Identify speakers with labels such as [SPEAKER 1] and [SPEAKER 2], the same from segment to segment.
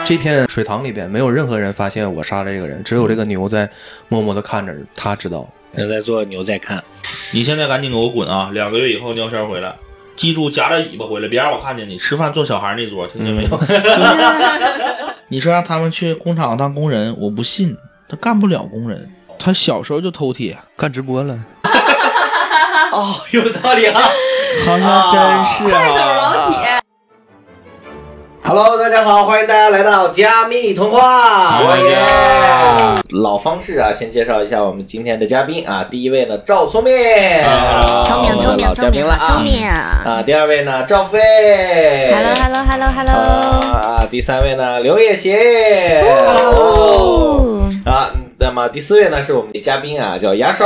[SPEAKER 1] 这片水塘里边没有任何人发现我杀了这个人，只有这个牛在默默地看着，他知道。
[SPEAKER 2] 人在做，牛在看。
[SPEAKER 3] 你现在赶紧给我滚啊！2个月以后尿线回来，记住夹着尾巴回来，别让我看见你吃饭做小孩那桌，听见没有？你说让他们去工厂当工人，我不信，他干不了工人。他小时候就偷铁，
[SPEAKER 1] 干直播了。
[SPEAKER 2] 哦，有道理啊，
[SPEAKER 3] 好像真是
[SPEAKER 4] 快手老铁。
[SPEAKER 2] Hello， 大家好，欢迎大家来到加密通话。老方式啊，先介绍一下我们今天的嘉宾啊。第一位呢，赵聪明，
[SPEAKER 4] 聪明
[SPEAKER 2] 啊。第二位呢，赵飞
[SPEAKER 4] ，Hello。
[SPEAKER 2] 啊，第三位呢，刘也行，啊。那么第四位呢，是我们的嘉宾啊，叫牙刷，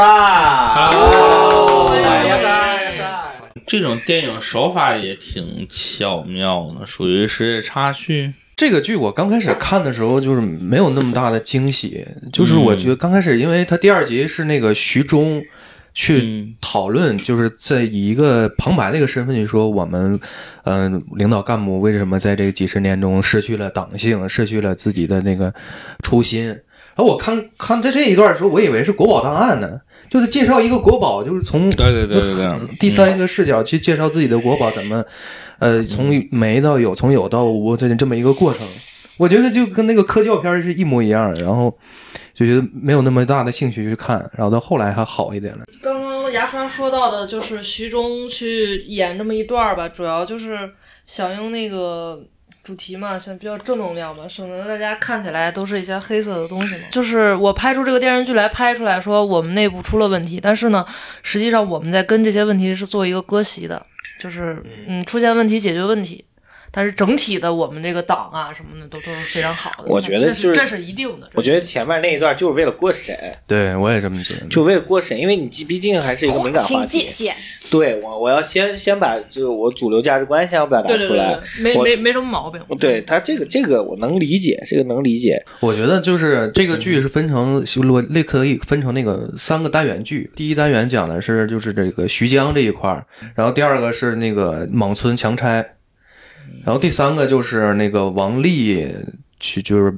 [SPEAKER 2] 牙刷。
[SPEAKER 3] 这种电影手法也挺巧妙的，属于是插叙。
[SPEAKER 1] 这个剧我刚开始看的时候就是没有那么大的惊喜，就是我觉得刚开始因为他第2集是那个徐忠去讨论，就是在以一个旁白的一个身份去说我们领导干部为什么在这个几十年中失去了党性，失去了自己的那个初心。然后我看这一段的时候，我以为是国宝档案呢，就是介绍一个国宝，就是从
[SPEAKER 3] 对
[SPEAKER 1] 第三个视角去介绍自己的国宝怎么从没到有，从有到无这么一个过程。我觉得就跟那个科教片是一模一样的，然后就觉得没有那么大的兴趣去看，然后到后来还好一点了。
[SPEAKER 5] 刚刚牙刷说到的就是徐忠去演这么一段吧，主要就是响应那个主题嘛，像比较正能量嘛，省得大家看起来都是一些黑色的东西嘛。就是我拍出这个电视剧来，拍出来说我们内部出了问题，但是呢，实际上我们在跟这些问题是做一个割席的，就是出现问题解决问题。但是整体的我们这个党啊什么的都是非常好的，
[SPEAKER 2] 我觉得就是
[SPEAKER 5] 这是一定的。
[SPEAKER 2] 我觉得前面那一段就是为了过审，
[SPEAKER 1] 对我也这么觉得，
[SPEAKER 2] 就为了过审，因为你毕竟还是一个敏感话题。
[SPEAKER 4] 界限。
[SPEAKER 2] 对，我要先把就我主流价值观先要表达出来，
[SPEAKER 5] 对没什么毛病。
[SPEAKER 2] 对他这个我能理解，这个能理解。
[SPEAKER 1] 我觉得就是这个剧是分成可以分成那个3个单元剧，第一单元讲的是就是这个徐江这一块，然后第2个是那个莽村强拆。然后第3个就是那个王丽去就是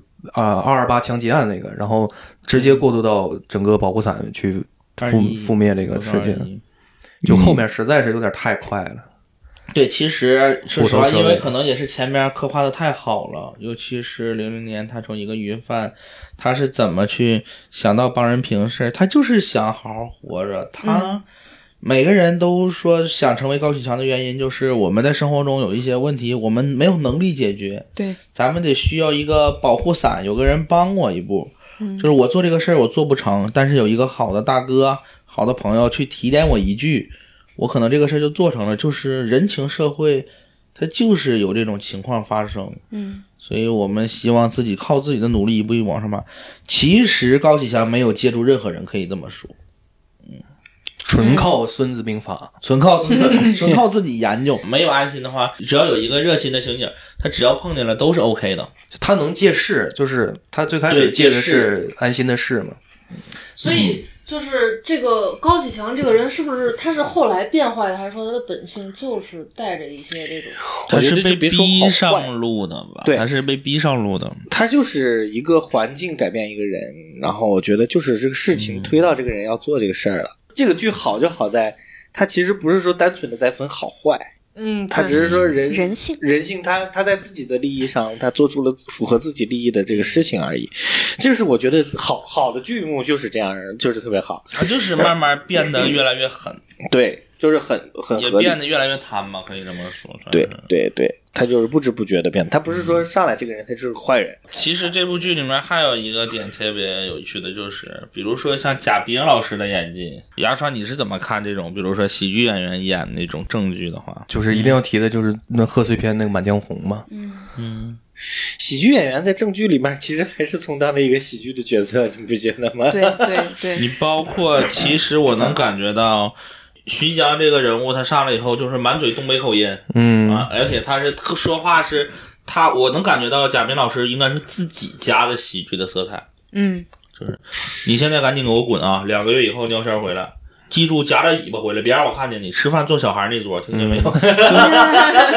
[SPEAKER 1] 228枪击案那个，然后直接过渡到整个保护伞去覆灭这个事情，就后面实在是有点太快了。
[SPEAKER 3] 对，其实说实话，因为可能也是前面刻画的太好了，尤其是00年他从一个鱼贩，他是怎么去想到帮人平事，他就是想好好活着，他。每个人都说想成为高启强的原因就是我们在生活中有一些问题我们没有能力解决，
[SPEAKER 4] 对，
[SPEAKER 3] 咱们得需要一个保护伞，有个人帮我一步，就是我做这个事儿我做不成，但是有一个好的大哥好的朋友去提点我一句，我可能这个事儿就做成了。就是人情社会它就是有这种情况发生，所以我们希望自己靠自己的努力一步一步往上爬。其实高启强没有借助任何人，可以这么说，
[SPEAKER 1] 纯靠孙子兵法，
[SPEAKER 3] 纯靠自己研究。没有安心的话，只要有一个热心的刑警，他只要碰见了都是 OK 的。
[SPEAKER 1] 他能借势，就是他最开始借的是安心的势嘛。
[SPEAKER 5] 所以就是这个高启强这个人是不是他是后来变坏的，还是说他的本性就是带着一些这种？
[SPEAKER 3] 他是被逼上路的吧？
[SPEAKER 2] 对，
[SPEAKER 3] 他是被逼上路的。
[SPEAKER 2] 他就是一个环境改变一个人，然后我觉得就是这个事情推到这个人要做这个事儿了。这个剧好就好在，他其实不是说单纯的在分好坏，他只是说人性他在自己的利益上，他做出了符合自己利益的这个事情而已。就是我觉得好的剧目就是这样，就是特别好。
[SPEAKER 3] 他就是慢慢变得越来越狠，
[SPEAKER 2] 对，就是很
[SPEAKER 3] 也变得越来越贪嘛，可以这么说。
[SPEAKER 2] 对，他就是不知不觉的变，他不是说上来这个人他就是坏人。
[SPEAKER 3] 其实这部剧里面还有一个点特别有趣的，就是比如说像贾冰老师的演技。牙刷你是怎么看这种比如说喜剧演员演那种正剧的话？
[SPEAKER 1] 就是一定要提的就是那贺岁片那个《满江红》嘛。
[SPEAKER 2] 喜剧演员在正剧里面其实还是充当了一个喜剧的角色，你不觉得吗？
[SPEAKER 4] 对。
[SPEAKER 3] 你包括其实我能感觉到徐江这个人物他上来以后就是满嘴东北口音，而且他是说话是我能感觉到贾冰老师应该是自己加的喜剧的色彩。就是你现在赶紧给我滚啊！2个月以后尿线回来，记住夹着尾巴回来，别让我看见你吃饭做小孩那桌，听见没有？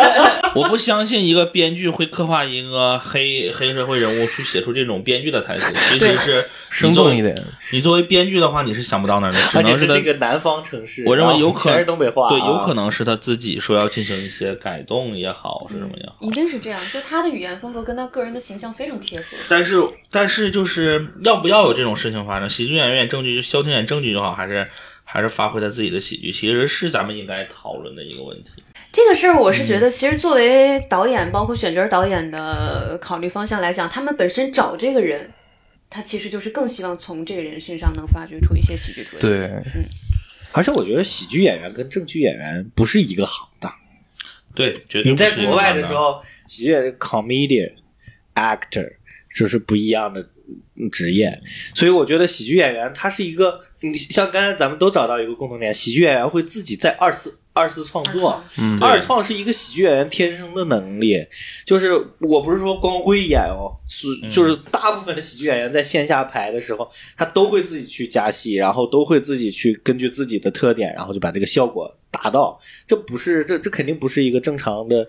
[SPEAKER 3] 我不相信一个编剧会刻画一个黑社会人物去写出这种编剧的台词，其实是
[SPEAKER 1] 生动一点。
[SPEAKER 3] 你作为编剧的话，你是想不到那儿的。
[SPEAKER 2] 而且这是一个南方城市，
[SPEAKER 3] 我认为有可能
[SPEAKER 2] 全是东北话，
[SPEAKER 3] 对，有可能是他自己说要进行一些改动也好，是什么也好，
[SPEAKER 4] 一定是这样。就他的语言风格跟他个人的形象非常贴合。
[SPEAKER 3] 但是就是要不要有这种事情发生？喜剧演员演正剧，就萧婷演正剧就好，还是发挥他自己的喜剧，其实是咱们应该讨论的一个问题。
[SPEAKER 4] 这个事儿，我是觉得，其实作为导演，包括选角导演的考虑方向来讲，他们本身找这个人，他其实就是更希望从这个人身上能发掘出一些喜剧特性。
[SPEAKER 1] 对，
[SPEAKER 2] 而且我觉得喜剧演员跟正剧演员不是一个行当。
[SPEAKER 3] 对，绝对
[SPEAKER 2] 你在国外的时候，喜剧演员 comedian actor 就是不一样的职业，所以我觉得喜剧演员他是一个，像刚才咱们都找到一个共同点，喜剧演员会自己在二次创作，二创是一个喜剧演员天生的能力，就是我不是说光会演哦，就是大部分的喜剧演员在线下排的时候，他都会自己去加戏，然后都会自己去根据自己的特点，然后就把这个效果达到。这不是这肯定不是一个正常的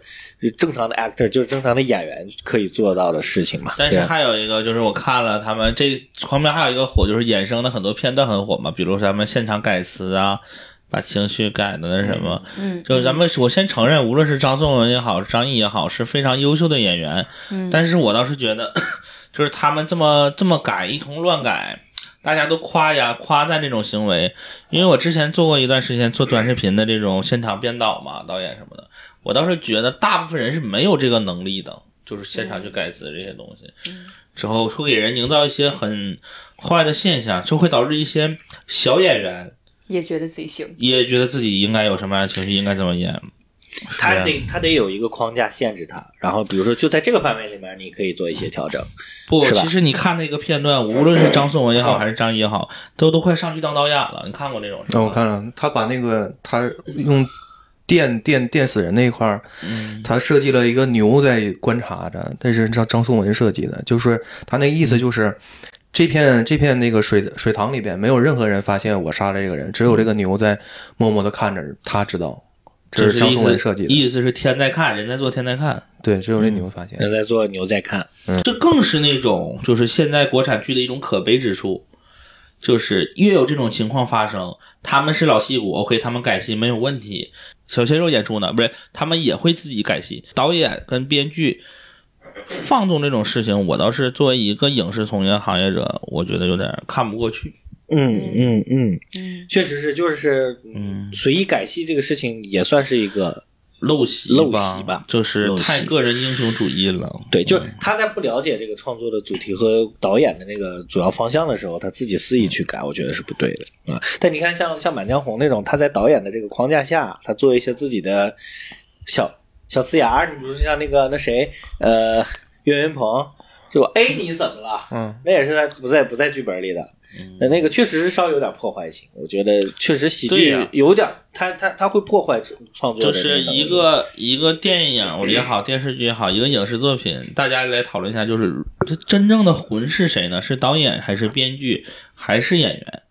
[SPEAKER 2] actor， 就是正常的演员可以做到的事情嘛。
[SPEAKER 3] 但是还有一个就是我看了他们这旁边还有一个火，就是衍生的很多片段很火嘛，比如说他们现场改词啊，把情绪改的那什么，就是咱们我先承认，无论是张颂文也好，张译也好，是非常优秀的演员，但是我倒是觉得，就是他们这么改，一通乱改，大家都夸赞这种行为，因为我之前做过一段时间做短视频的这种现场编导嘛，导演什么的，我倒是觉得大部分人是没有这个能力的，就是现场去改词这些东西，之后会给人营造一些很坏的现象，就会导致一些小演员
[SPEAKER 4] 也觉得自己行，
[SPEAKER 3] 也觉得自己应该有什么样的情绪，应该怎么演。
[SPEAKER 2] 他得有一个框架限制他，然后比如说就在这个范围里面，你可以做一些调整。
[SPEAKER 3] 不，其实你看那个片段，无论是张颂文也好，还是张译也好，都快上去当导演了。你看过这种？
[SPEAKER 1] 我看了，他把那个他用电死人那一块他设计了一个牛在观察着，但是张颂文设计的，就是他那个意思就是。这片那个水塘里边，没有任何人发现我杀了这个人，只有这个牛在默默的看着，他知道。这是张颂文设计的，
[SPEAKER 3] 意思是天在看，人在做天在看。
[SPEAKER 1] 对，只有这牛发现，
[SPEAKER 2] 人在做牛在看。
[SPEAKER 3] 这更是那种就是现在国产剧的一种可悲之处，就是越有这种情况发生，他们是老戏骨 ，OK， 他们改戏没有问题。小鲜肉演出呢，不是他们也会自己改戏，导演跟编剧。放纵这种事情，我倒是作为一个影视从业行业者，我觉得有点看不过去。
[SPEAKER 2] 确实是，就是随意改戏这个事情也算是一个
[SPEAKER 3] 陋习吧，就是太个人英雄主义了。
[SPEAKER 2] 对，就是他在不了解这个创作的主题和导演的那个主要方向的时候，他自己肆意去改，我觉得是不对的。但你看像《满江红》那种，他在导演的这个框架下，他做一些自己的小呲牙，你比如像那谁，岳云鹏，就你怎么了？那也是他不在剧本里的。那个确实是稍有点破坏性，我觉得确实喜剧有点，他会破坏创作的。
[SPEAKER 3] 就是一个电影也好，电视剧也好，一个影视作品，大家来讨论一下，就是这真正的魂是谁呢？是导演还是编剧还是演员？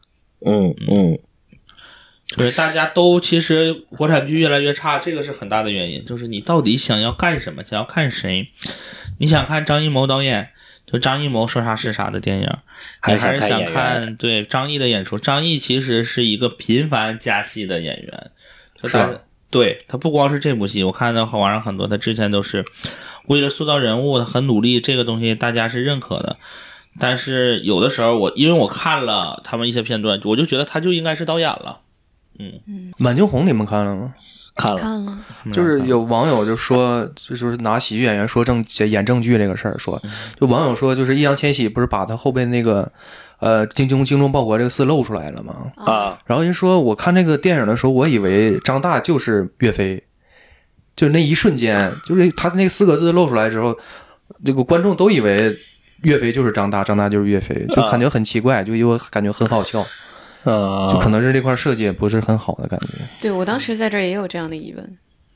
[SPEAKER 3] 就是大家都其实国产剧越来越差，这个是很大的原因。就是你到底想要干什么，想要看谁？你想看张艺谋导演，就张艺谋说啥是啥的电影，还是想看对张译的演出？张译其实是一个频繁加戏的演员，对他不光是这部戏，我看到网上很多，他之前都是为了塑造人物，他很努力，这个东西大家是认可的。但是有的时候因为我看了他们一些片段，我就觉得他就应该是导演了。
[SPEAKER 1] 满江红你们看了吗？
[SPEAKER 4] 看了，
[SPEAKER 1] 就是有网友就说，就是拿喜剧演员说演正剧这个事儿，说就网友说，就是易烊千玺不是把他后边那个精忠报国这个字露出来了吗？然后就说我看这个电影的时候，我以为张大就是岳飞，就那一瞬间，就是他那4个字露出来之后，这个观众都以为岳飞就是张大，张大就是岳飞，就感觉很奇怪，就因为我感觉很好笑。就可能是这块设计也不是很好的感觉。
[SPEAKER 4] 对，我当时在这儿也有这样的疑问。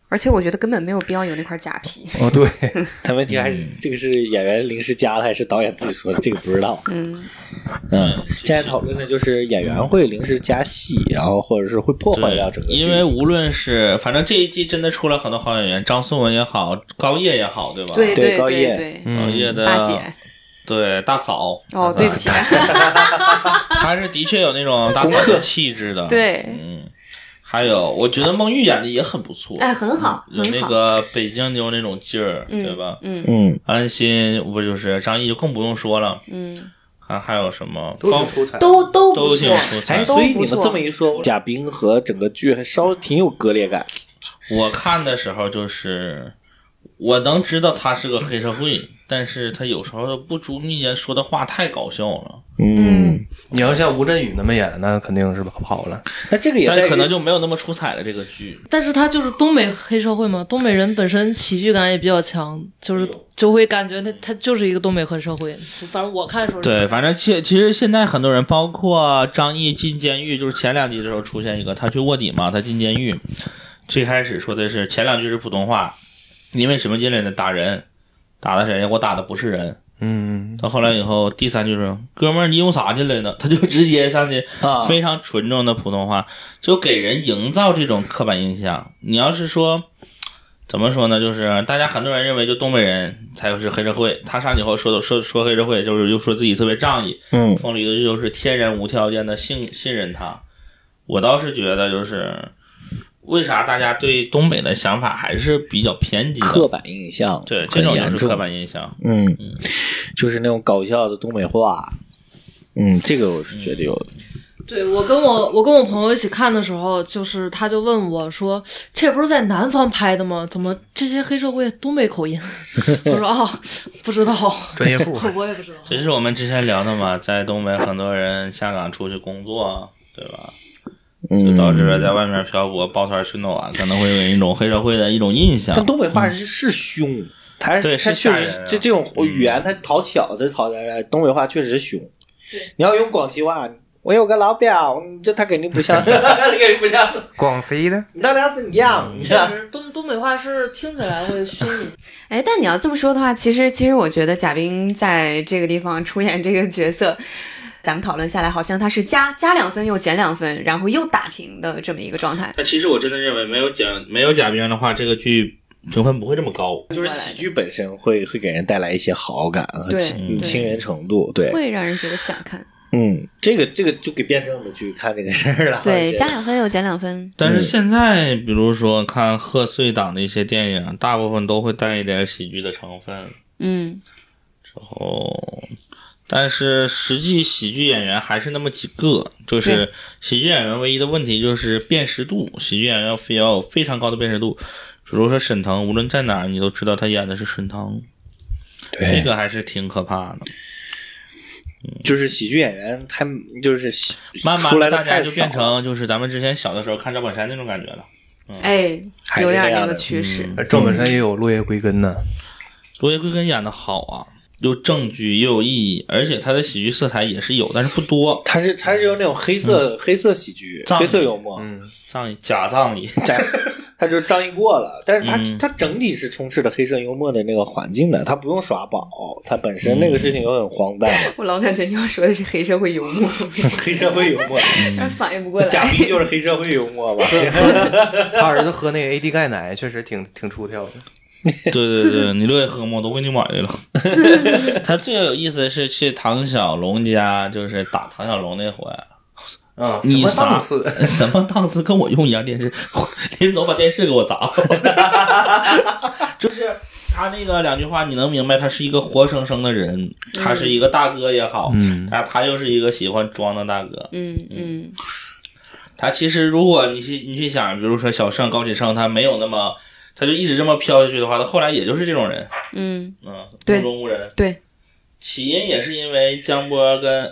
[SPEAKER 4] 而且我觉得根本没有必要有那块假皮。
[SPEAKER 1] 哦，对，
[SPEAKER 2] 但问题还是这个是演员临时加的还是导演自己说的，这个不知道。现在讨论的就是演员会临时加戏，然后或者是会破坏掉整个剧。
[SPEAKER 3] 因为无论是反正这一季真的出了很多好演员，张颂文也好，高叶也好，对吧？
[SPEAKER 2] 对高叶
[SPEAKER 3] 高叶的
[SPEAKER 4] 大姐。
[SPEAKER 3] 对大嫂
[SPEAKER 4] 哦，对不起，
[SPEAKER 3] 她是的确有那种大嫂的气质的。
[SPEAKER 4] 对，
[SPEAKER 3] 还有我觉得孟玉演的也很不错，
[SPEAKER 4] 哎，很好，
[SPEAKER 3] 有那个北京妞那种劲儿，对吧？安心不就是张译就更不用说了，还有什么
[SPEAKER 1] 都挺出彩，
[SPEAKER 4] 都
[SPEAKER 3] 挺出彩。
[SPEAKER 2] 所以你们这么一说，贾冰和整个剧还稍微挺有割裂感。
[SPEAKER 3] 我看的时候就是我能知道他是个黑社会，但是他有时候不注意间说的话太搞笑了。
[SPEAKER 1] 你要像吴镇宇那么演，那肯定是跑了。
[SPEAKER 2] 那这个也
[SPEAKER 3] 但可能就没有那么出彩了这个剧。
[SPEAKER 5] 但是他就是东北黑社会嘛，东北人本身喜剧感也比较强，就会感觉他就是一个东北黑社会。反正我看的时候
[SPEAKER 3] 对，反正其实现在很多人，包括张译进监狱，就是前2集的时候出现一个，他去卧底嘛，他进监狱。最开始说的是前2句是普通话，因为什么进来的？打人，打的谁？我打的不是人。到后来以后，第3句是哥们儿，你用啥进来呢？他就直接上去非常纯正的普通话，就给人营造这种刻板印象。你要是说怎么说呢？就是大家很多人认为就东北人才是黑社会，他上去以后说黑社会，就是又说自己特别仗义，风里的就是天然无条件的信任他。我倒是觉得就是为啥大家对东北的想法还是比较偏激的，
[SPEAKER 2] 刻板印象，
[SPEAKER 3] 对，这种就是刻板印象。
[SPEAKER 2] 就是那种搞笑的东北话。这个我是觉得有的。
[SPEAKER 5] 对，我跟我朋友一起看的时候，就是他就问我说：“这不是在南方拍的吗？怎么这些黑社会东北口音？”我说：“不知道，
[SPEAKER 1] 专业户，
[SPEAKER 5] 我也不知道。”
[SPEAKER 3] 这是我们之前聊的嘛，在东北很多人下岗出去工作，对吧？就导致了在外面漂泊抱团取暖，可能会有一种黑社会的一种印象。
[SPEAKER 2] 但东北话是凶，他确实这种语言他讨巧，东北话确实是凶。你要用广西话，我有个老表，这他肯定不像，他肯定不像
[SPEAKER 1] 广西的。
[SPEAKER 2] 你到底要怎样？
[SPEAKER 5] 东北话是听起来会凶一些。
[SPEAKER 4] 哎，但你要这么说的话，其实我觉得贾冰在这个地方出演这个角色。咱们讨论下来，好像他是加2分又减2分，然后又打平的这么一个状态。
[SPEAKER 3] 那其实我真的认为，没有贾冰的话，这个剧评分不会这么高。
[SPEAKER 2] 就是喜剧本身会给人带来一些好感和亲人程度，对，
[SPEAKER 4] 会让人觉得想看。
[SPEAKER 2] 这个就给辩证的去看这个事儿了。
[SPEAKER 4] 对，加2分又减2分。
[SPEAKER 3] 但是现在，比如说看贺岁档的一些电影，大部分都会带一点喜剧的成分。之后。但是实际喜剧演员还是那么几个，就是喜剧演员唯一的问题就是辨识度，喜剧演员要有非常高的辨识度。比如说沈腾，无论在哪儿你都知道他演的是沈腾，这个还是挺可怕的。
[SPEAKER 2] 就是喜剧演员他就是
[SPEAKER 3] 慢慢的大家就变成就是咱们之前小的时候看赵本山那种感觉了。
[SPEAKER 4] 有点那个趋势。
[SPEAKER 1] 赵本山也有落叶归根呢。
[SPEAKER 3] 落叶归根演的好啊，有证据又有意义，而且他的喜剧色彩也是有，但是不多。他是
[SPEAKER 2] 有那种黑色喜剧，黑色幽默，
[SPEAKER 3] 假仗义，
[SPEAKER 2] 他就仗义过了。但是他整体是充斥着黑色幽默的那个环境的，他不用耍宝，他本身那个事情又很荒诞。
[SPEAKER 4] 我老感觉你要说的是黑社会幽默，
[SPEAKER 2] 黑社会幽默，
[SPEAKER 4] 但反应不过来。
[SPEAKER 2] 贾冰就是黑社会幽默吧？
[SPEAKER 1] 他儿子喝那个 AD 钙奶确实挺出挑的。
[SPEAKER 3] 对，你乐意喝吗？我都给你买来了。他最有意思的是去唐小龙家，就是打唐小龙那回。你啥什么档次跟我用一样电视？临走把电视给我砸了。就是他那个2句话，你能明白他是一个活生生的人，他是一个大哥也好，他就是一个喜欢装的大哥。他其实如果你去想，比如说小盛、高启盛，他没有那么。他就一直这么飘下去的话，他后来也就是这种人。目中无人。
[SPEAKER 4] 对，
[SPEAKER 3] 起因也是因为江波跟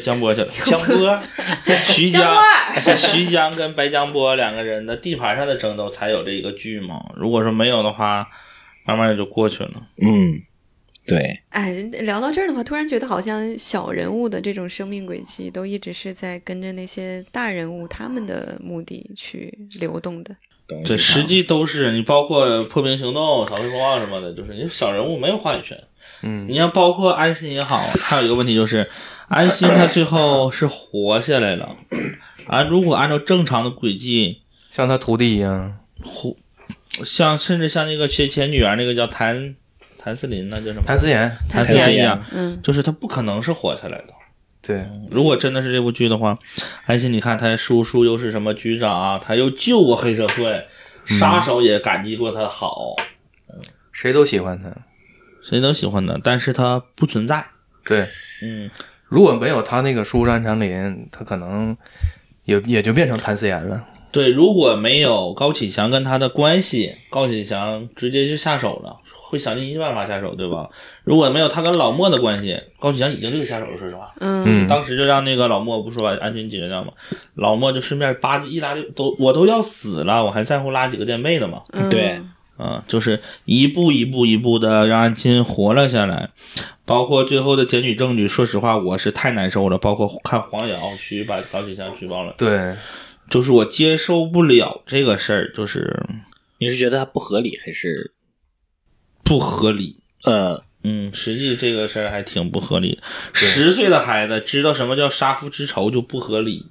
[SPEAKER 3] 徐江跟白江波2个人的地盘上的争斗才有这一个剧嘛。如果说没有的话，慢慢也就过去了。
[SPEAKER 2] 对。
[SPEAKER 4] 哎，聊到这儿的话，突然觉得好像小人物的这种生命轨迹都一直是在跟着那些大人物他们的目的去流动的。
[SPEAKER 2] 东西。
[SPEAKER 3] 对，实际都是你，包括破冰行动、扫黑风暴什么的，就是你小人物没有话语权。你像包括安心也好，还有一个问题就是安心他最后是活下来了如果按照正常的轨迹，
[SPEAKER 1] 像他徒弟一样，
[SPEAKER 3] 甚至像那个前女儿那个叫谭嗣林，那叫什么？谭
[SPEAKER 4] 思妍
[SPEAKER 3] 一样，就是他不可能是活下来的。
[SPEAKER 1] 对，
[SPEAKER 3] 如果真的是这部剧的话，安心你看他叔叔又是什么局长他又救过黑社会，杀手也感激过他好，
[SPEAKER 1] 谁都喜欢他，
[SPEAKER 3] 但是他不存在。
[SPEAKER 1] 对，如果没有他那个叔叔安长林，他可能也就变成谭思妍了。
[SPEAKER 3] 对，如果没有高启强跟他的关系，高启强直接就下手了，会想尽一切办法下手，对吧？如果没有他跟老莫的关系，高启强已经就下手了，说实话。当时就让那个老莫不说把安全解决掉吗？老莫就顺便一拉我都要死了，我还在乎拉几个垫背的嘛。
[SPEAKER 2] 对。
[SPEAKER 3] 就是一步一步的让安心活了下来，包括最后的检举证据，说实话我是太难受了，包括看黄瑶去把高启强举报了。
[SPEAKER 1] 对，
[SPEAKER 3] 就是我接受不了这个事儿，就是
[SPEAKER 2] 你是觉得它不合理还是
[SPEAKER 3] 不合理？实际这个事儿还挺不合理。10岁的孩子知道什么叫杀父之仇就不合理。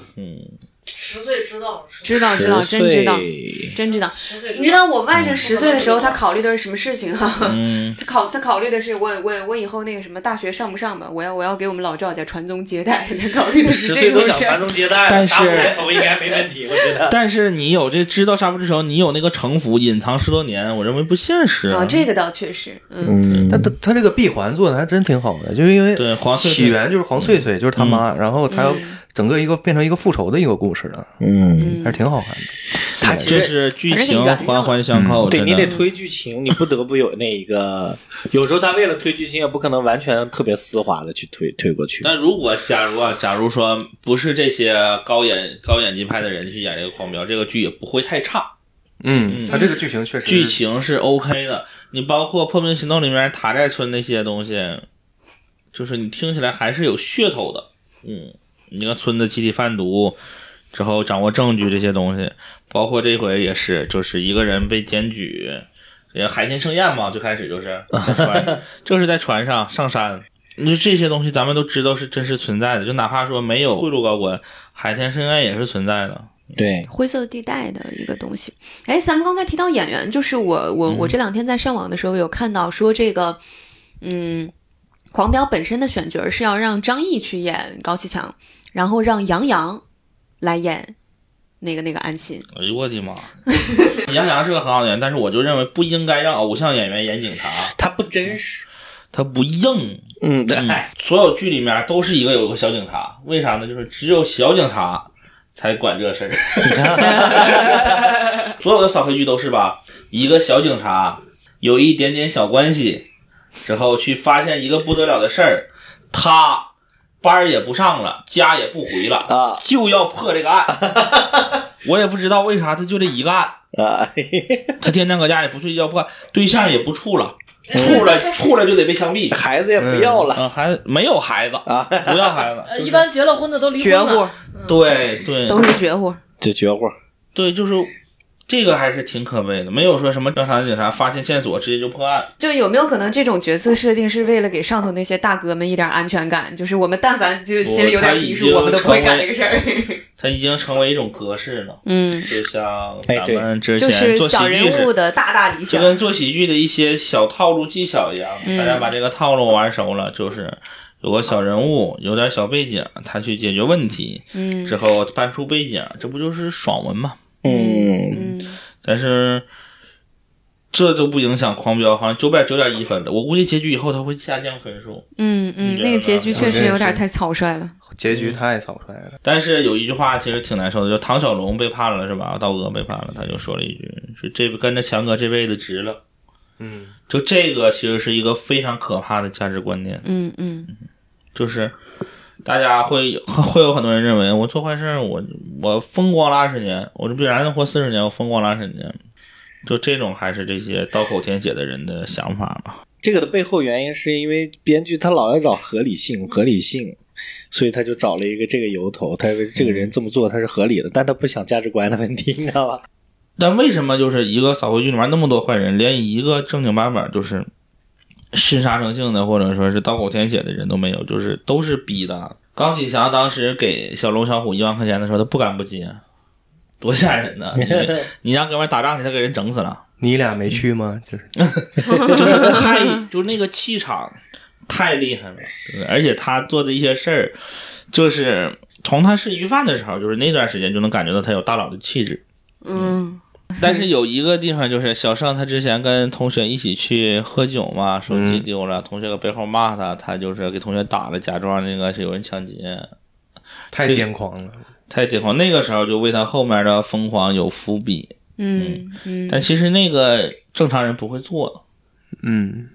[SPEAKER 5] 10岁知道，
[SPEAKER 4] 真知道。你知道我外甥10岁的时候，他考虑的是什么事情他考虑的是我以后那个什么大学上不上吧？我要给我们老赵家传宗接代。他考虑的是这个事。10岁都想
[SPEAKER 2] 传宗接代，
[SPEAKER 3] 但是
[SPEAKER 2] 杀父之仇应该没问题，我觉得。
[SPEAKER 3] 但是你有这知道杀父之仇，你有那个城府隐藏10多年，我认为不现实
[SPEAKER 4] 这个倒确实。
[SPEAKER 1] 他这个闭环做的还真挺好的，就是因为起源就是黄翠翠，就是他妈，然后他要整个变成一个复仇的一个故事了，还是挺好看的。
[SPEAKER 2] 它
[SPEAKER 3] 这是剧情环环相扣，
[SPEAKER 2] 对，你得推剧情，你不得不有那一个。有时候他为了推剧情，也不可能完全特别丝滑的去推过去。
[SPEAKER 3] 但如果假如说不是这些高演技派的人去演这个狂飙，这个剧也不会太差。
[SPEAKER 1] 他这个剧情确实
[SPEAKER 3] 剧情是 OK 的。你包括破冰行动里面塔寨村那些东西，就是你听起来还是有噱头的。你看村子集体贩毒之后掌握证据这些东西，包括这回也是，就是一个人被检举，海天盛宴嘛，最开始就是在船上上山，你这些东西咱们都知道是真实存在的，就哪怕说没有贿赂高官，海天盛宴也是存在的。
[SPEAKER 2] 对，
[SPEAKER 4] 灰色地带的一个东西。咱们刚才提到演员，就是我这2天在上网的时候有看到说这个狂飙本身的选角是要让张译去演高启强，然后让杨洋来演那个安心。
[SPEAKER 3] 哎呦我的妈！杨洋是个很好的演员，但是我就认为不应该让偶像演员演警察，
[SPEAKER 2] 他不真实，
[SPEAKER 3] 他不硬。
[SPEAKER 2] 对，
[SPEAKER 3] 所有剧里面都是有个小警察，为啥呢？就是只有小警察才管这事儿。所有的扫黑剧都是吧，一个小警察有一点点小关系之后去发现一个不得了的事儿，他班也不上了，家也不回了就要破这个案。我也不知道为啥他就这一个案他天天搁家也不睡觉，破对象也不处了，处了就得被枪毙，
[SPEAKER 2] 孩子也不要了，
[SPEAKER 3] 孩子没有孩子不要孩子，
[SPEAKER 5] 一般结了婚的都离婚了，
[SPEAKER 4] 绝户，
[SPEAKER 3] 对，
[SPEAKER 4] 都是绝户，
[SPEAKER 2] 这绝户，
[SPEAKER 3] 对，就是这个还是挺可悲的，没有说什么调查警察发现线索直接就破案。
[SPEAKER 4] 就有没有可能这种角色设定是为了给上头那些大哥们一点安全感，就是我们但凡就心里有点逼数，我们都不会干这个事儿。
[SPEAKER 3] 它已经成为一种格式了，就像咱们之前
[SPEAKER 4] 就是小人物的大理想，
[SPEAKER 3] 就跟做喜剧的一些小套路技巧一样，大家把这个套路玩熟了，就是有个小人物，有点小背景，他去解决问题，之后搬出背景，这不就是爽文吗？但是这都不影响狂飙，好像9.1分的，我估计结局以后他会下降分数。
[SPEAKER 4] 那个结局确实有点太草率了，
[SPEAKER 1] 结局太草率了。
[SPEAKER 3] 但是有一句话其实挺难受的，就唐小龙被判了是吧？道哥被判了，他就说了一句，是这跟着强哥这辈子值了。就这个其实是一个非常可怕的价值观念。就是大家会有很多人认为我做坏事，我风光了20年，我这必然能活40年，我风光了20年。就这种还是这些刀口舔血的人的想法吧。
[SPEAKER 2] 这个的背后原因是因为编剧他老要找合理性，所以他就找了一个这个由头，他这个人这么做他是合理的，但他不想价值观的问题，你知道吧？
[SPEAKER 3] 但为什么就是一个扫黑剧里面那么多坏人，连一个正经八百就是嗜杀成性的或者说是刀口舔血的人都没有，就是都是逼的。高启强当时给小龙小虎1万块钱的时候，他不敢不接，多吓人呢！你让哥们儿打仗去，他给人整死了。
[SPEAKER 1] 你俩没去吗？就是
[SPEAKER 3] 就是那个气场太厉害了，对而且他做的一些事儿，就是从他是鱼贩的时候，就是那段时间就能感觉到他有大佬的气质。但是有一个地方就是小盛他之前跟同学一起去喝酒嘛，手机丢了，同学搁背后骂他，他就是给同学打了，假装那个是有人抢劫，
[SPEAKER 1] 太癫狂了，
[SPEAKER 3] 太癫狂。那个时候就为他后面的疯狂有伏笔。但其实那个正常人不会做的。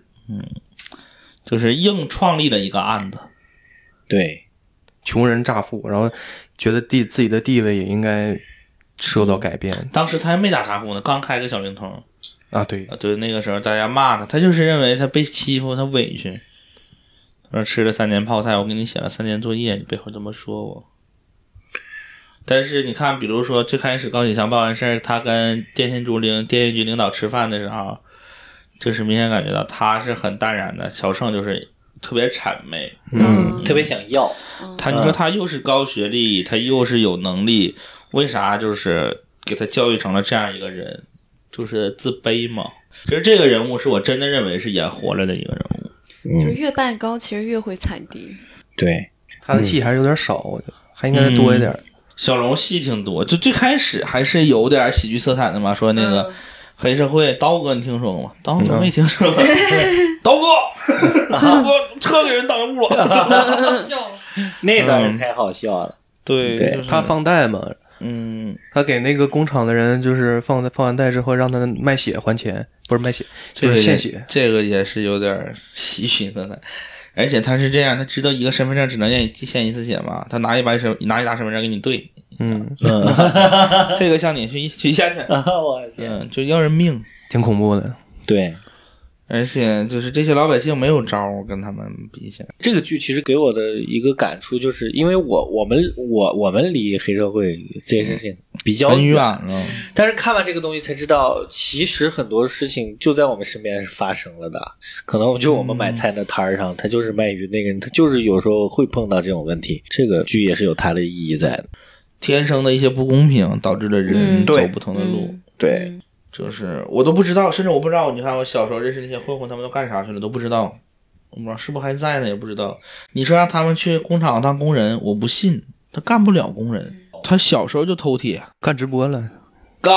[SPEAKER 3] 就是硬创立了一个案子。
[SPEAKER 2] 对，
[SPEAKER 1] 穷人乍富，然后觉得自己的地位也应该受到改变。
[SPEAKER 3] 当时他还没打啥富呢，刚开个小灵通
[SPEAKER 1] 啊，对
[SPEAKER 3] 对，那个时候大家骂他，他就是认为他被欺负，他委屈。他说吃了3年泡菜，我给你写了3年作业，你背后这么说我。但是你看，比如说最开始高启强办完事儿，他跟电信局领导吃饭的时候，就是明显感觉到他是很淡然的，小盛就是特别谄媚，
[SPEAKER 2] 特别想要。
[SPEAKER 3] 你说他又是高学历，他又是有能力，为啥就是给他教育成了这样一个人？就是自卑嘛。其实这个人物是我真的认为是演活了的一个人物。
[SPEAKER 4] 就越拜高，其实越会踩低。
[SPEAKER 2] 对，
[SPEAKER 1] 他的戏还是有点少，我觉得还应该再多一点。
[SPEAKER 3] 小龙戏挺多，就最开始还是有点喜剧色彩的嘛。说那个黑社会，刀哥你听说过吗？刀哥没听说过。刀哥车给人挡住了，
[SPEAKER 2] 那段也太好笑了。
[SPEAKER 3] 对，
[SPEAKER 1] 就是他放贷嘛，他给那个工厂的人就是放完贷之后让他卖血还钱，不是卖血，就是献血。
[SPEAKER 3] 这个也是有点喜剧色彩。而且他是这样，他知道一个身份证只能让你献一次血嘛，他拿一沓身份证给你对，这个像你去献去，就要人命，
[SPEAKER 1] 挺恐怖的。
[SPEAKER 2] 对，
[SPEAKER 3] 而且就是这些老百姓没有招跟他们比起来。
[SPEAKER 2] 这个剧其实给我的一个感触就是，因为我们离黑社会这些事情比较
[SPEAKER 3] 很远了，
[SPEAKER 2] 但是看完这个东西才知道，其实很多事情就在我们身边是发生了的。可能就我们买菜的摊上，他就是卖鱼那个人，他就是有时候会碰到这种问题。这个剧也是有它的意义在的。
[SPEAKER 3] 天生的一些不公平导致了人走不同的路。
[SPEAKER 2] 对。
[SPEAKER 3] 就是我都不知道，甚至我不知道，你看我小时候认识那些混混，他们都干啥去了都不知道，我不知道是不是还在呢，也不知道。你说让他们去工厂当工人，我不信，他干不了工人。他小时候就偷铁，
[SPEAKER 1] 干直播了，
[SPEAKER 3] 干。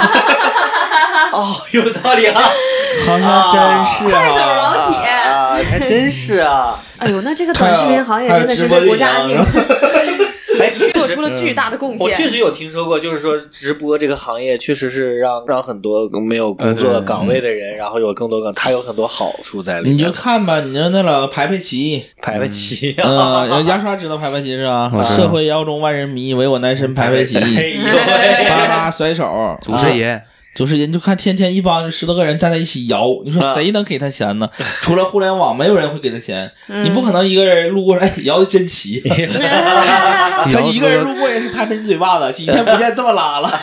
[SPEAKER 2] 有道理啊，
[SPEAKER 3] 好像真是
[SPEAKER 4] 快手老铁
[SPEAKER 2] 还真是啊。
[SPEAKER 4] 哎呦，那这个短视频行业真的是对国家安定做出了巨大的贡献。
[SPEAKER 2] 我确实有听说过，就是说直播这个行业确实是让很多没有工作岗位的人，然后有更多它有很多好处在里面。
[SPEAKER 3] 你就看吧，你就那老排齐牙刷知道排齐是吧？社会摇中万人迷，唯我男神排齐，巴拉甩手，
[SPEAKER 1] 祖师爷。
[SPEAKER 3] 就是人就看天天一帮10多个人站在一起摇，你说谁能给他钱呢？除了互联网，没有人会给他钱。你不可能一个人路过，摇的真齐。他一个人路过也是拍喷嘴巴子，几天不见这么拉了。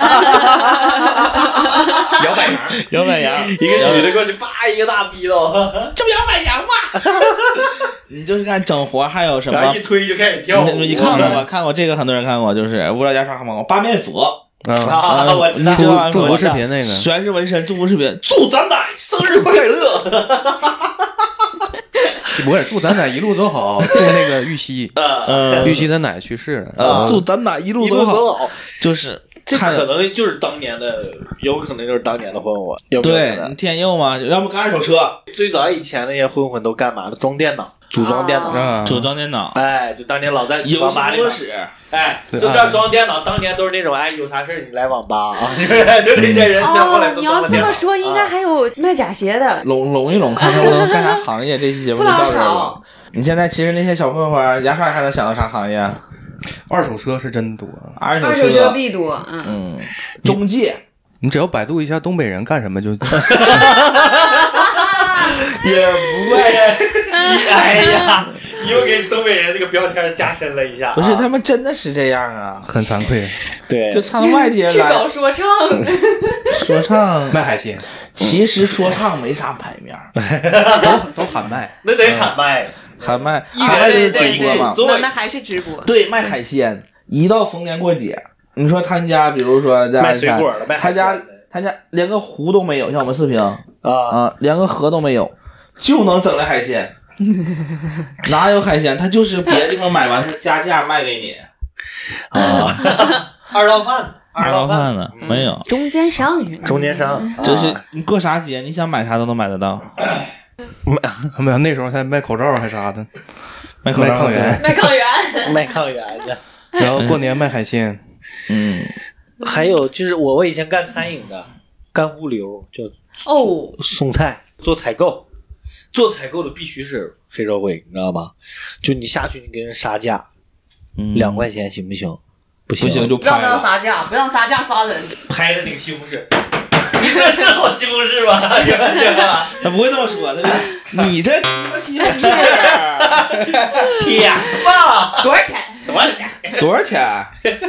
[SPEAKER 3] 摇摆羊，
[SPEAKER 2] 一个女的过去，叭一个大逼斗，
[SPEAKER 3] 这不摇摆羊吗？你就是看整活，还有什么？
[SPEAKER 2] 然后一推就开始跳。
[SPEAKER 3] 你看过吗？看过这个，很多人看过，就是无聊牙刷看过八面佛。
[SPEAKER 1] 我知道祝福视频那个
[SPEAKER 3] 全是纹身祝福视频，祝咱奶生日快乐。
[SPEAKER 1] 不是祝咱奶一路走好，祝那个玉溪的奶去世了，
[SPEAKER 3] 祝咱奶一路走好，就是
[SPEAKER 2] 这可能就是当年的，有可能就是当年的混混。
[SPEAKER 3] 对，天佑嘛，要不干2手车。
[SPEAKER 2] 最早以前那些混混都干嘛的？装电脑。组装电脑，就当年老在网吧里就这样装电脑。当年都是那种有啥事你来网吧啊，就这些人过来。
[SPEAKER 4] 你要这么说，应该还有卖假鞋的。
[SPEAKER 3] 拢一拢，看看我能干啥行业？这期节目就到这了。你现在其实那些小混混，牙刷还能想到啥行业？
[SPEAKER 1] 二手车是真多，
[SPEAKER 4] 二手车必多。
[SPEAKER 3] 中介，
[SPEAKER 1] 你只要百度一下东北人干什么就。
[SPEAKER 2] 也不会。哎呀， 又给东北人这个标签加深了一下。
[SPEAKER 3] 不是，他们真的是这样啊，
[SPEAKER 1] 很惭愧。
[SPEAKER 2] 对，
[SPEAKER 3] 就他们外地人
[SPEAKER 4] 去
[SPEAKER 3] 来
[SPEAKER 4] 搞说唱，
[SPEAKER 3] 说唱
[SPEAKER 1] 卖海鲜
[SPEAKER 3] 其实说唱没啥牌面，
[SPEAKER 1] 都喊卖，
[SPEAKER 2] 那得喊麦。
[SPEAKER 3] 喊卖
[SPEAKER 4] 对
[SPEAKER 3] 就是直播嘛。
[SPEAKER 4] 那还是直播。
[SPEAKER 3] 对，卖海鲜，一到逢年过节，你说他家，比如说在
[SPEAKER 2] 卖水果的，卖海鲜的
[SPEAKER 3] 他家连个湖都没有，像我们四平啊，连个河都没有，就能整来海鲜。哪有海鲜？他就是别的地方买完，他加价卖给你。
[SPEAKER 2] 二道贩
[SPEAKER 3] 呢？没有，
[SPEAKER 4] 中间商，
[SPEAKER 3] 就是你过啥节，你想买啥都能买得到。
[SPEAKER 1] 没有，那时候还卖口罩还啥的，
[SPEAKER 3] 卖
[SPEAKER 1] 抗原，
[SPEAKER 2] 卖抗原的。
[SPEAKER 1] 然后过年卖海鲜。
[SPEAKER 2] 还有就是我以前干餐饮的，干物流，就送菜做采购。做采购的必须是黑社会，你知道吗？就你下去你给人杀价，2块钱行不行？不行
[SPEAKER 3] 就拍了。
[SPEAKER 4] 不让杀价，不让杀价杀人。
[SPEAKER 2] 拍的那个西红柿，你这是好西红柿吗？
[SPEAKER 3] 他不会这么说，他说你这西红柿，
[SPEAKER 2] 甜吧？
[SPEAKER 4] 多少钱？
[SPEAKER 3] 多少钱？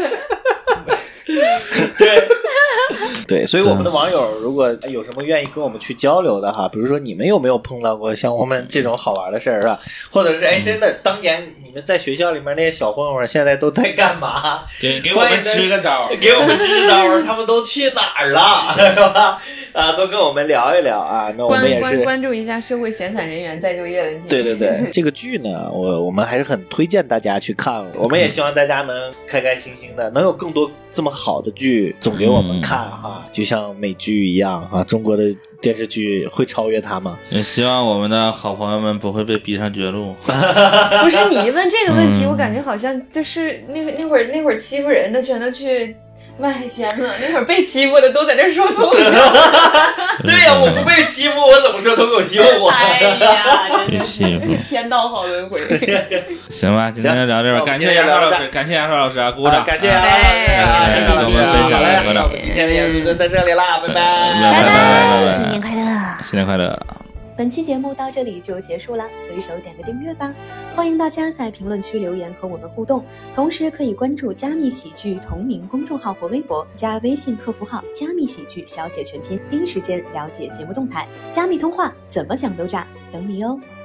[SPEAKER 2] 对，所以我们的网友如果有什么愿意跟我们去交流的哈，比如说你们有没有碰到过像我们这种好玩的事儿是吧？或者是真的当年你们在学校里面那些小混混现在都在干嘛？
[SPEAKER 3] 给我们支个招，
[SPEAKER 2] 给我们支支招，他们都去哪儿了，是吧？都跟我们聊一聊啊。那我们也是
[SPEAKER 4] 关注一下社会闲散人员再就业问题。
[SPEAKER 2] 对，这个剧呢，我们还是很推荐大家去看。我们也希望大家能开开心心的，能有更多这么好的剧总给我们看哈，就像美剧一样哈，中国的电视剧会超越它吗？
[SPEAKER 3] 也希望我们的好朋友们不会被逼上绝路。
[SPEAKER 4] 不是你一问这个问题，我感觉好像就是那会儿欺负人的全都去卖海鲜了，那会儿被欺负的都在这说脱口秀。
[SPEAKER 2] 对呀，我不被欺负，我怎么说脱口秀啊？
[SPEAKER 4] 哎呀，真
[SPEAKER 3] 是
[SPEAKER 4] 天道好轮回。
[SPEAKER 3] 行吧，今天就聊这吧，感谢杨老师，感谢杨老师啊，鼓掌，
[SPEAKER 2] 感谢杨老师，
[SPEAKER 3] 给我们分享
[SPEAKER 2] 好了，今天就在这里啦，拜
[SPEAKER 4] 拜，新年快乐，
[SPEAKER 3] 新年快乐。
[SPEAKER 6] 本期节目到这里就结束了，随手点个订阅吧。欢迎大家在评论区留言和我们互动，同时可以关注加密喜剧同名公众号或微博，加微信客服号加密喜剧小写全拼，第一时间了解节目动态。加密通话怎么讲都炸，等你哦。